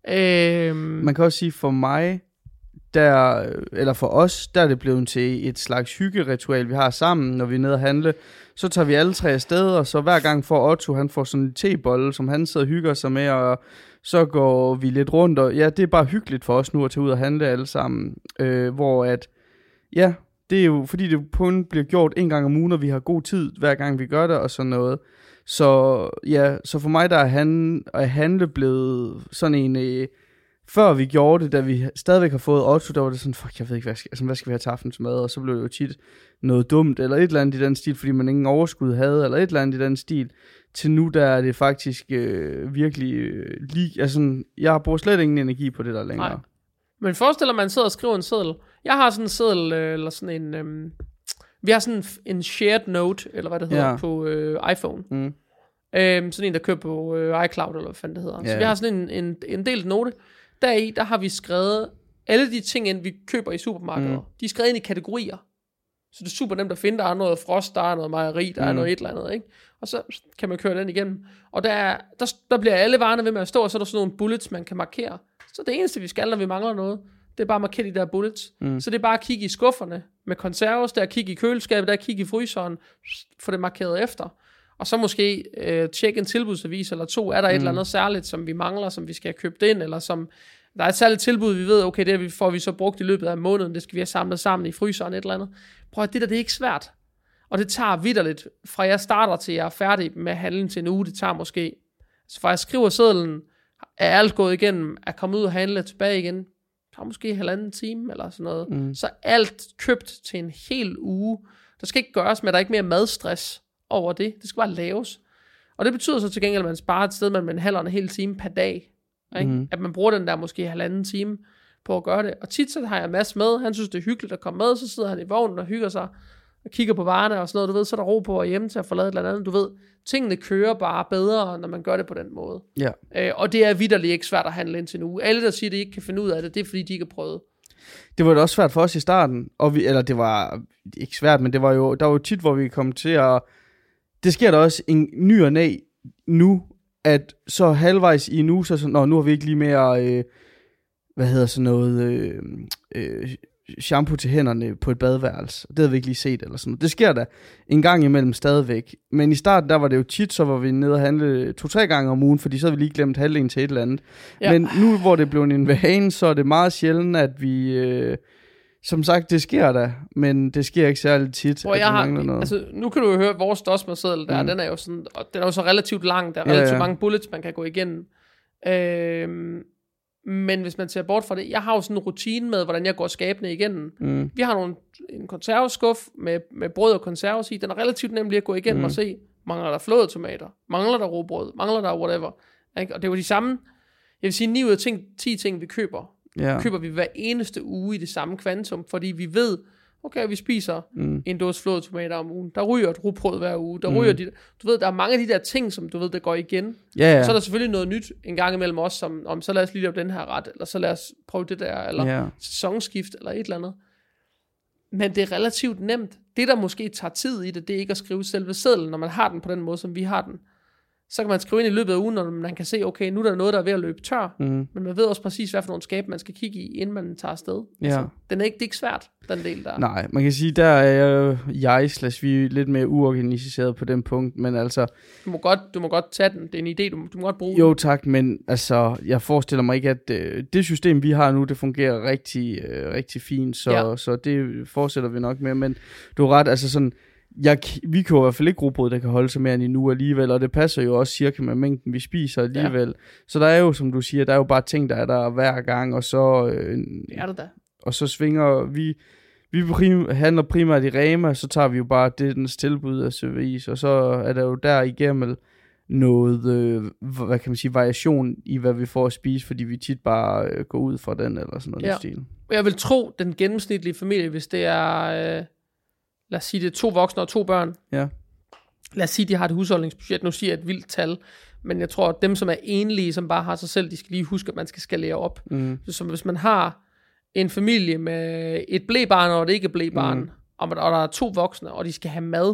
øhm, man kan også sige, for mig, der, eller for os, der er det blevet til et slags hyggeritual, vi har sammen, når vi er nede og handle. Så tager vi alle tre afsted, og så hver gang får Otto, han får sådan en tebolle, som han sidder og hygger sig med, og så går vi lidt rundt, og ja, det er bare hyggeligt for os nu at tage ud og handle alle sammen. Øh, hvor at, ja, det er jo, fordi det kun bliver gjort en gang om ugen, og vi har god tid, hver gang vi gør det, og sådan noget. Så ja, så for mig, der er han, at handle blevet sådan en... Øh, før vi gjorde det, da vi stadigvæk har fået Otto, der var det sådan, fuck, jeg ved ikke, hvad skal, altså, hvad skal vi have til aftensmad? Og så blev det jo tit noget dumt, eller et eller andet i den stil, fordi man ingen overskud havde, eller et eller andet i den stil. Til nu, der er det faktisk øh, virkelig øh, lige, altså, jeg bruger slet ingen energi på det der længere. Nej. Men forestiller man sidder og skriver en seddel. Jeg har sådan en seddel, øh, eller sådan en, øh, vi har sådan en, en shared note, eller hvad det hedder, ja. på øh, iPhone. Mm. Øh, sådan en, der kører på øh, iCloud, eller hvad fanden det hedder. Ja. Så vi har sådan en, en, en delt note. Deri, der har vi skrevet alle de ting ind, vi køber i supermarkeder. Mm. De er skrevet ind i kategorier. Så det er super nemt at finde. Der er noget frost, der er noget mejeri, der mm. er noget et eller andet, ikke? Og så kan man køre den igennem. Og der, er, der, der bliver alle varerne ved med at stå, og så er der sådan nogle bullets, man kan markere. Så det eneste, vi skal, når vi mangler noget, det er bare at markere de der bullets. Mm. Så det er bare at kigge i skufferne med konserves, der at kigge i køleskabet, der at kigge i fryseren, få det markeret efter. Og så måske øh, tjekke en tilbudsavis eller to. Er der mm. et eller andet særligt, som vi mangler, som vi skal have købt ind, eller som der er et særligt tilbud, vi ved, okay, det får vi så brugt i løbet af måneden, det skal vi have samlet sammen i fryseren, et eller andet. Prøv at det der, det er ikke svært. Og det tager vitterligt, fra jeg starter til jeg er færdig med handlen til en uge, det tager måske, så fra jeg skriver sedlen, er alt gået igennem, er kommet ud og handle tilbage igen, det tager måske halvanden time, eller sådan noget. Mm. Så alt købt til en hel uge. Der skal ikke gøres med, at der er ikke mere madstress over det. Det skal bare laves. Og det betyder så til gengæld, at man sparer et sted med en halv og en hel time per dag. Ikke? Mm. At man bruger den der måske halvanden time på at gøre det. Og tit så har jeg Mads med. Han synes, det er hyggeligt at komme med. Så sidder han i vognen og hygger sig og kigger på varerne og sådan noget. Du ved, så er der ro på og hjemme til at forlade et eller andet. Du ved, tingene kører bare bedre, når man gør det på den måde. Ja. Øh, og det er vitterligt ikke svært at handle ind til nu. Alle, der siger, at de ikke kan finde ud af det, det er fordi, de ikke har prøvet. Det var da også svært for os i starten. Og vi, eller det var ikke svært, men det var jo, der var jo tit, hvor vi kom til at... Det sker der også en ny og næ nu, at så halvvejs i en uge, så sådan, nå, nu har vi ikke lige mere, øh, hvad hedder sådan noget, øh, øh, shampoo til hænderne på et badeværelse. Det havde vi ikke lige set eller sådan noget. Det sker da en gang imellem stadigvæk. Men i starten, der var det jo tit, så var vi nede og handle to-tre gange om ugen, fordi så havde vi lige glemt halvdelen til et eller andet. Ja. Men nu, hvor det blev en vane, så er det meget sjældent, at vi... Øh, Som sagt, det sker da, men det sker ikke særlig tit, at jeg har, noget. Altså, nu kan du jo høre, at vores dosmerseddel der, mm. den er jo sådan, og den er jo så relativt lang, der er relativt ja, ja. mange bullets, man kan gå igennem. Øhm, men hvis man ser bort fra det, jeg har jo sådan en rutine med, hvordan jeg går skabene igennem. Mm. Vi har nogle, en konserveskuff med, med brød og konserves i, den er relativt nem lige at gå igennem mm. og se, mangler der flåede tomater, mangler der råbrød, mangler der whatever. Ikke? Og det er jo de samme, jeg vil sige, ni ud af ti ting, vi køber, Yeah. køber vi hver eneste uge i det samme kvantum, fordi vi ved, okay, vi spiser mm. en dåse flåede tomater om ugen, der ryger et rugbrød hver uge, der mm. ryger de, du ved, der er mange af de der ting, som du ved, der går igen, yeah, yeah. og så er der selvfølgelig noget nyt en gang imellem os, som, om så lad os lige lave den her ret, eller så lad os prøve det der, eller yeah. sæsonskift, eller et eller andet, men det er relativt nemt. Det der måske tager tid i det, det er ikke at skrive selve sedlen, når man har den på den måde, som vi har den. Så kan man skrive ind i løbet af ugen, når man kan se, okay, nu er der noget, der er ved at løbe tør. Mm. Men man ved også præcis, hvad for nogle skab, man skal kigge i, inden man tager afsted. Ja. Altså, den er ikke, det er ikke svært, den del der. Nej, man kan sige, der er jeg, slash vi er lidt mere uorganiseret på den punkt, men altså... Du må godt, du må godt tage den, det er en idé, du, du må godt bruge Jo den. tak, men altså, jeg forestiller mig ikke, at øh, det system, vi har nu, det fungerer rigtig, øh, rigtig fint, så, ja. så det fortsætter vi nok med, men du har ret, altså sådan... Jeg, vi kan jo i hvert fald ikke rugbrød, der kan holde sig mere end en uge alligevel, og det passer jo også cirka med mængden, vi spiser alligevel. Ja. Så der er jo, som du siger, der er jo bare ting, der er der hver gang, og så... Øh, det er det da. Og så svinger vi... Vi prim, handler primært i Rema, så tager vi jo bare det, dens tilbud af service, og så er der jo der igennem noget, øh, hvad kan man sige, variation i, hvad vi får at spise, fordi vi tit bare øh, går ud fra den, eller sådan noget ja. stil. Jeg vil tro, den gennemsnitlige familie, hvis det er... Øh lad os sige, det er to voksne og to børn. Ja. Lad os sige, de har et husholdningsbudget. Nu siger jeg et vildt tal. Men jeg tror, at dem, som er enlige, som bare har sig selv, de skal lige huske, at man skal skalere op. Mm. Så hvis man har en familie med et blæbarn, og det ikke er blæbarn, mm. og, og der er to voksne, og de skal have mad,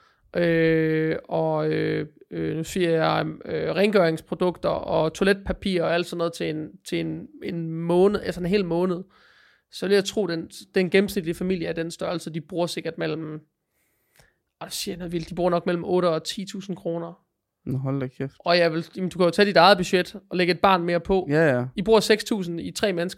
øh, og øh, øh, nu siger jeg øh, rengøringsprodukter, og toiletpapir, og alt sådan noget til en, til en, en måned, altså en hel måned, så vil jeg tro, den, den gennemsnitlige familie er den størrelse, de bruger sikkert mellem, og det siger noget vildt, de bruger nok mellem otte og ti tusind kroner. Nå, hold da kæft. Og jeg vil, jamen, du kan jo tage dit eget budget, og lægge et barn mere på. Ja, ja. I bruger seks tusind i tre mennesker.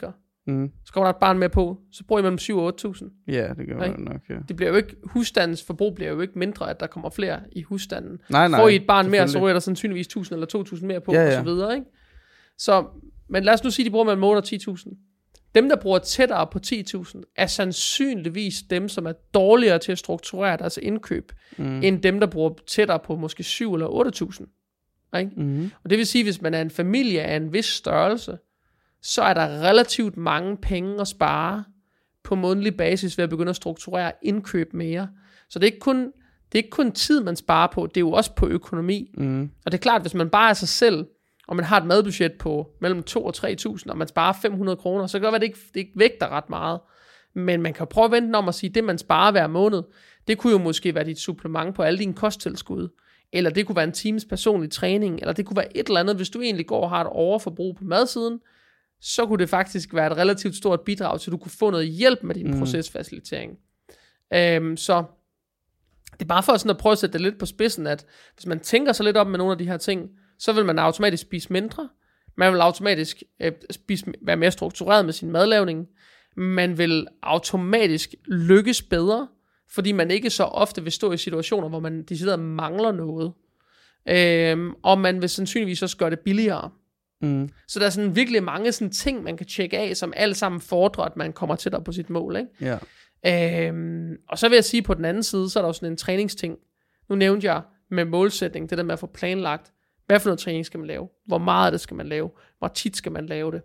Mm. Så kommer der et barn med på, så bruger I mellem syv og otte tusind. Ja, det gør man nok, ja. Det bliver jo ikke, husstandens forbrug bliver jo ikke mindre, at der kommer flere i husstanden. Nej, nej. Får I et barn mere, så ryger der sandsynligvis tusind eller to tusind mere på, ja, ja. og så videre, ikke? Så, men lad os nu sige, at de bruger mellem otte og ti tusind. Dem, der bruger tættere på ti tusind, er sandsynligvis dem, som er dårligere til at strukturere deres indkøb, mm. end dem, der bruger tættere på måske syv eller otte tusind. Ikke? Mm. Og det vil sige, hvis man er en familie af en vis størrelse, så er der relativt mange penge at spare på månedlig basis ved at begynde at strukturere indkøb mere. Så det er ikke kun, det er ikke kun tid, man sparer på, det er jo også på økonomi. Mm. Og det er klart, hvis man bare er sig selv, og man har et madbudget på mellem to og tre tusind, og man sparer fem hundrede kroner, så kan det godt være, at det ikke, det ikke vægter ret meget. Men man kan prøve at vente om at sige, at det man sparer hver måned, det kunne jo måske være dit supplement på alle dine kosttilskud, eller det kunne være en times personlig træning, eller det kunne være et eller andet, hvis du egentlig går og har et overforbrug på madsiden, så kunne det faktisk være et relativt stort bidrag, så du kunne få noget hjælp med din mm. procesfacilitering. Øhm, så det er bare for sådan at prøve at sætte det lidt på spidsen, at hvis man tænker sig lidt op med nogle af de her ting, så vil man automatisk spise mindre, man vil automatisk øh, spise, være mere struktureret med sin madlavning, man vil automatisk lykkes bedre, fordi man ikke så ofte vil stå i situationer, hvor man decideret mangler noget, øhm, og man vil sandsynligvis også gøre det billigere. Mm. Så der er sådan virkelig mange sådan ting, man kan tjekke af, som alle sammen fordrer, at man kommer tættere på sit mål. Ikke? Ja. Øhm, og så vil jeg sige, på den anden side, så er der jo sådan en træningsting. Nu nævnte jeg med målsætning, det der med at få planlagt, hvad for noget træning skal man lave? Hvor meget af det skal man lave? Hvor tit skal man lave det?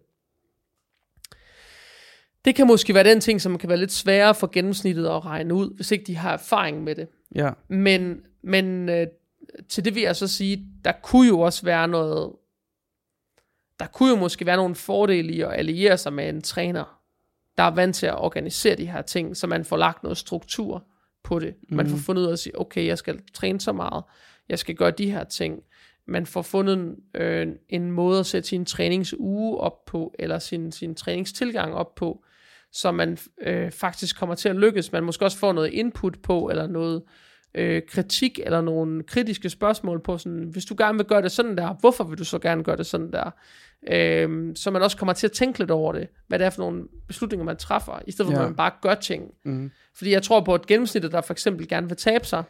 Det kan måske være den ting, som kan være lidt sværere for gennemsnittet at regne ud, hvis ikke de har erfaring med det. Ja. Men, men øh, til det vil jeg så sige, der kunne jo også være noget, der kunne jo måske være nogle fordele i at alliere sig med en træner, der er vant til at organisere de her ting, så man får lagt noget struktur på det. Man mm. får fundet ud af at sige, okay, jeg skal træne så meget, jeg skal gøre de her ting. Man får fundet øh, en måde at sætte sin træningsuge op på, eller sin, sin træningstilgang op på, så man øh, faktisk kommer til at lykkes. Man måske også får noget input på, eller noget øh, kritik, eller nogle kritiske spørgsmål på, sådan, hvis du gerne vil gøre det sådan der, hvorfor vil du så gerne gøre det sådan der? Øh, så man også kommer til at tænke lidt over det, hvad det er for nogle beslutninger, man træffer, i stedet for, ja. at man bare gør ting. Mm. Fordi jeg tror på, at gennemsnittet, der for eksempel gerne vil tabe sig,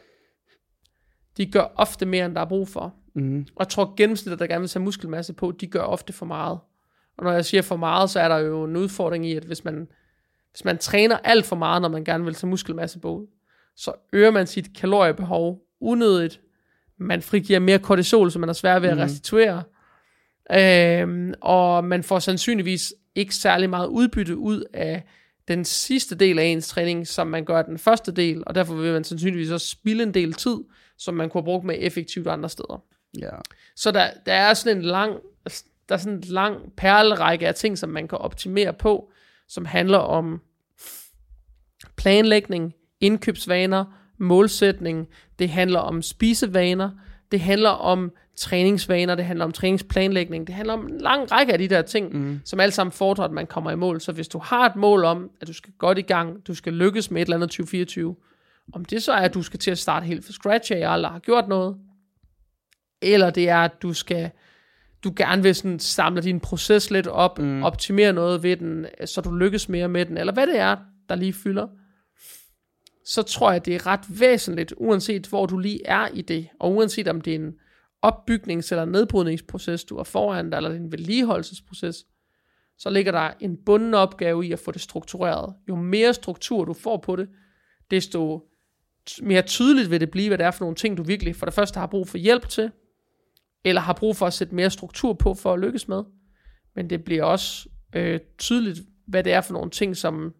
de gør ofte mere, end der er brug for. Mm. Og jeg tror, at gennemsnittet, der gerne vil tage muskelmasse på, de gør ofte for meget. Og når jeg siger for meget, så er der jo en udfordring i, at hvis man, hvis man træner alt for meget, når man gerne vil tage muskelmasse på, så øger man sit kaloriebehov unødigt. Man frigiver mere kortisol, så man er svær ved at mm. restituere. Øhm, og man får sandsynligvis ikke særlig meget udbytte ud af den sidste del af ens træning, som man gør den første del, og derfor vil man sandsynligvis også spilde en del tid, som man kunne bruge mere effektivt andre steder. Ja. Så der, der er sådan en lang, der er sådan en lang perlerække af ting, som man kan optimere på, som handler om planlægning, indkøbsvaner, målsætning, det handler om spisevaner, det handler om træningsvaner, det handler om træningsplanlægning, det handler om en lang række af de der ting, mm. som alle sammen fordrer, at man kommer i mål. Så hvis du har et mål om, at du skal godt i gang, du skal lykkes med et eller andet tyve fireogtyve, om det så er, at du skal til at starte helt fra scratch af, eller har gjort noget, eller det er, at du skal, du gerne vil sådan samle din proces lidt op, mm. optimere noget ved den, så du lykkes mere med den, eller hvad det er, der lige fylder, så tror jeg, det er ret væsentligt, uanset hvor du lige er i det, og uanset om det er en opbygnings- eller nedbrydningsproces, du er foran dig, eller en vedligeholdelsesproces, så ligger der en bunden opgave i at få det struktureret. Jo mere struktur du får på det, desto mere tydeligt vil det blive, hvad det er for nogle ting, du virkelig for det første har brug for hjælp til, eller har brug for at sætte mere struktur på for at lykkes med. Men det bliver også øh, tydeligt, hvad det er for nogle ting, som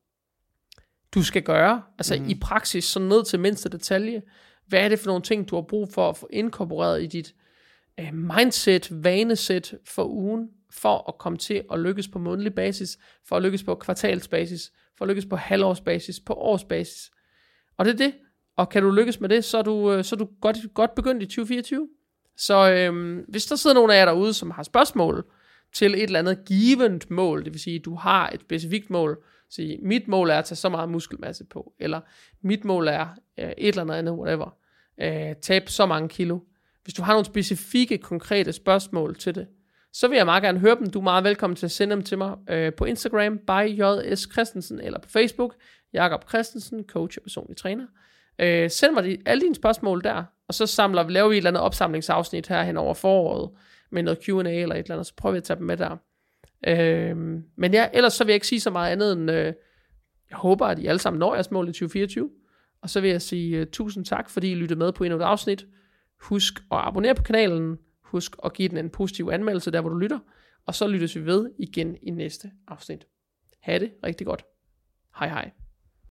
du skal gøre, altså mm. i praksis, så ned til mindste detalje. Hvad er det for nogle ting, du har brug for at få inkorporeret i dit øh, mindset, vanesæt for ugen, for at komme til at lykkes på månedlig basis, for at lykkes på kvartalsbasis, for at lykkes på halvårsbasis, på årsbasis. Og det er det. Og kan du lykkes med det, så er du, så er du godt, godt begyndt i tyve fireogtyve. Så øh, hvis der sidder nogen af jer derude, som har spørgsmål til et eller andet givet mål, det vil sige, at du har et specifikt mål, sige, mit mål er at tage så meget muskelmasse på, eller mit mål er øh, et eller andet, whatever, øh, tabe så mange kilo. Hvis du har nogle specifikke, konkrete spørgsmål til det, så vil jeg meget gerne høre dem. Du er meget velkommen til at sende dem til mig øh, på Instagram, by J S Christensen, eller på Facebook, Jakob Christensen, coach og personlig træner. Øh, send mig de, alle dine spørgsmål der, og så samler, laver vi et eller andet opsamlingsafsnit her hen over foråret, med noget Q and A eller et eller andet, så prøver vi at tage dem med der. Øh, men ja, ellers så vil jeg ikke sige så meget andet end, øh, jeg håber, at I alle sammen når jeres mål i tyve fireogtyve, og så vil jeg sige uh, tusind tak, fordi I lyttede med på endnu et afsnit. Husk at abonnere på kanalen, husk at give den en positiv anmeldelse der, hvor du lytter, og så lyttes vi ved igen i næste afsnit. Ha' det rigtig godt. Hej hej.